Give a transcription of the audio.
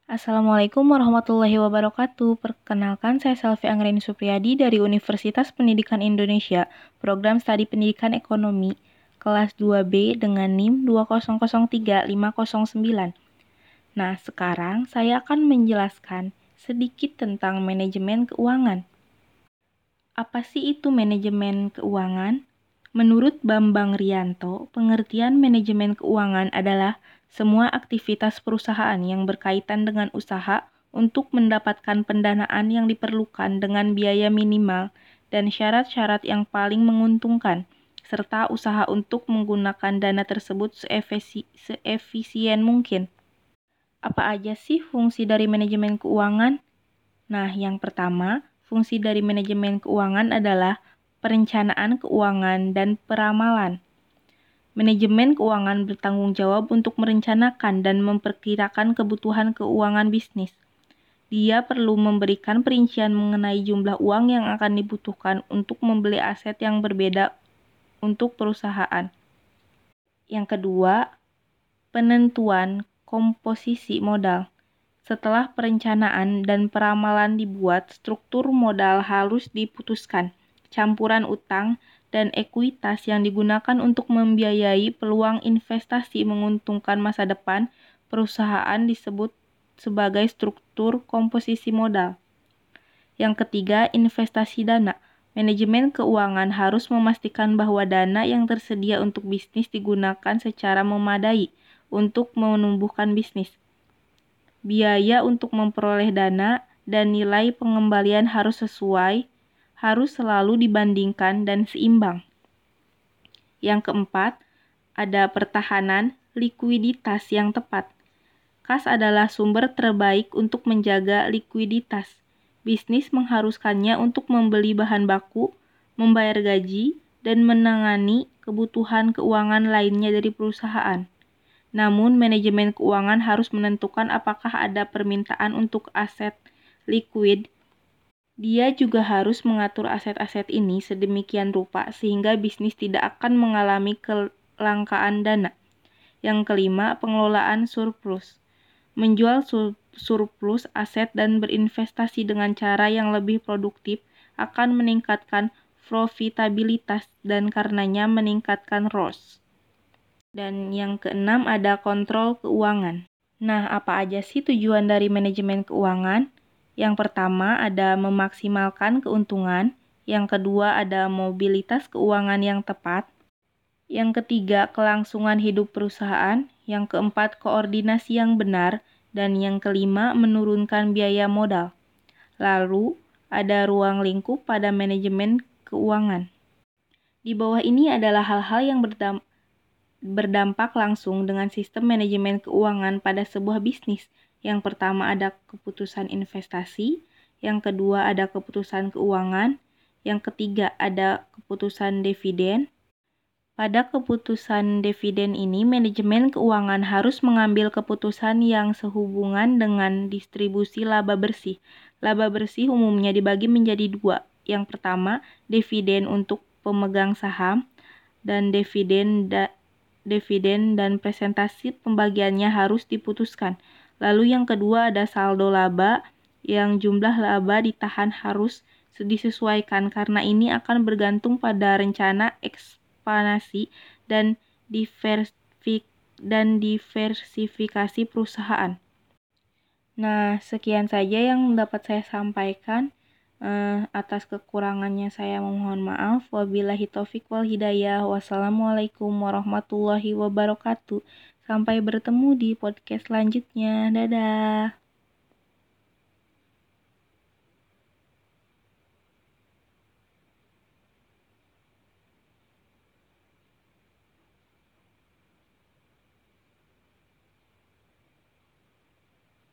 Assalamualaikum warahmatullahi wabarakatuh. Perkenalkan, saya Selvi Anggreni Supriyadi dari Universitas Pendidikan Indonesia, Program Studi Pendidikan Ekonomi, kelas 2B dengan NIM 2003509. Nah, sekarang saya akan menjelaskan sedikit tentang manajemen keuangan. Apa sih itu manajemen keuangan? Menurut Bambang Rianto, pengertian manajemen keuangan adalah semua aktivitas perusahaan yang berkaitan dengan usaha untuk mendapatkan pendanaan yang diperlukan dengan biaya minimal dan syarat-syarat yang paling menguntungkan, serta usaha untuk menggunakan dana tersebut seefisien mungkin. Apa aja sih fungsi dari manajemen keuangan? Nah, yang pertama, fungsi dari manajemen keuangan adalah perencanaan keuangan dan peramalan. Manajemen keuangan bertanggung jawab untuk merencanakan dan memperkirakan kebutuhan keuangan bisnis. Dia perlu memberikan perincian mengenai jumlah uang yang akan dibutuhkan untuk membeli aset yang berbeda untuk perusahaan. Yang kedua, penentuan komposisi modal. Setelah perencanaan dan peramalan dibuat, struktur modal harus diputuskan. Campuran utang dan ekuitas yang digunakan untuk membiayai peluang investasi menguntungkan masa depan perusahaan disebut sebagai struktur komposisi modal. Yang ketiga, investasi dana. Manajemen keuangan harus memastikan bahwa dana yang tersedia untuk bisnis digunakan secara memadai untuk menumbuhkan bisnis. Biaya untuk memperoleh dana dan nilai pengembalian harus selalu dibandingkan dan seimbang. Yang keempat, ada pertahanan likuiditas yang tepat. Kas adalah sumber terbaik untuk menjaga likuiditas. Bisnis mengharuskannya untuk membeli bahan baku, membayar gaji, dan menangani kebutuhan keuangan lainnya dari perusahaan. Namun, manajemen keuangan harus menentukan apakah ada permintaan untuk aset likuid. Dia juga harus mengatur aset-aset ini sedemikian rupa sehingga bisnis tidak akan mengalami kelangkaan dana. Yang kelima, pengelolaan surplus. Menjual surplus aset dan berinvestasi dengan cara yang lebih produktif akan meningkatkan profitabilitas dan karenanya meningkatkan ROS. Dan yang keenam ada kontrol keuangan. Nah, apa aja sih tujuan dari manajemen keuangan? Yang pertama ada memaksimalkan keuntungan. Yang kedua ada mobilitas keuangan yang tepat. Yang ketiga kelangsungan hidup perusahaan. Yang keempat koordinasi yang benar. Dan yang kelima menurunkan biaya modal. Lalu ada ruang lingkup pada manajemen keuangan. Di bawah ini adalah hal-hal yang berdampak langsung dengan sistem manajemen keuangan pada sebuah bisnis. Yang pertama ada keputusan investasi, yang kedua ada keputusan keuangan, yang ketiga ada keputusan dividen. Pada keputusan dividen ini, manajemen keuangan harus mengambil keputusan yang sehubungan dengan distribusi laba bersih. Laba bersih umumnya dibagi menjadi dua. Yang pertama, dividen untuk pemegang saham, dan dividen dan presentasi pembagiannya harus diputuskan. Lalu yang kedua ada saldo laba, yang jumlah laba ditahan harus disesuaikan karena ini akan bergantung pada rencana ekspansi dan diversifikasi perusahaan. Nah, sekian saja yang dapat saya sampaikan. Atas kekurangannya saya memohon maaf. Wabillahi taufik wal hidayah. Wassalamualaikum warahmatullahi wabarakatuh. Sampai bertemu di podcast selanjutnya. Dadah.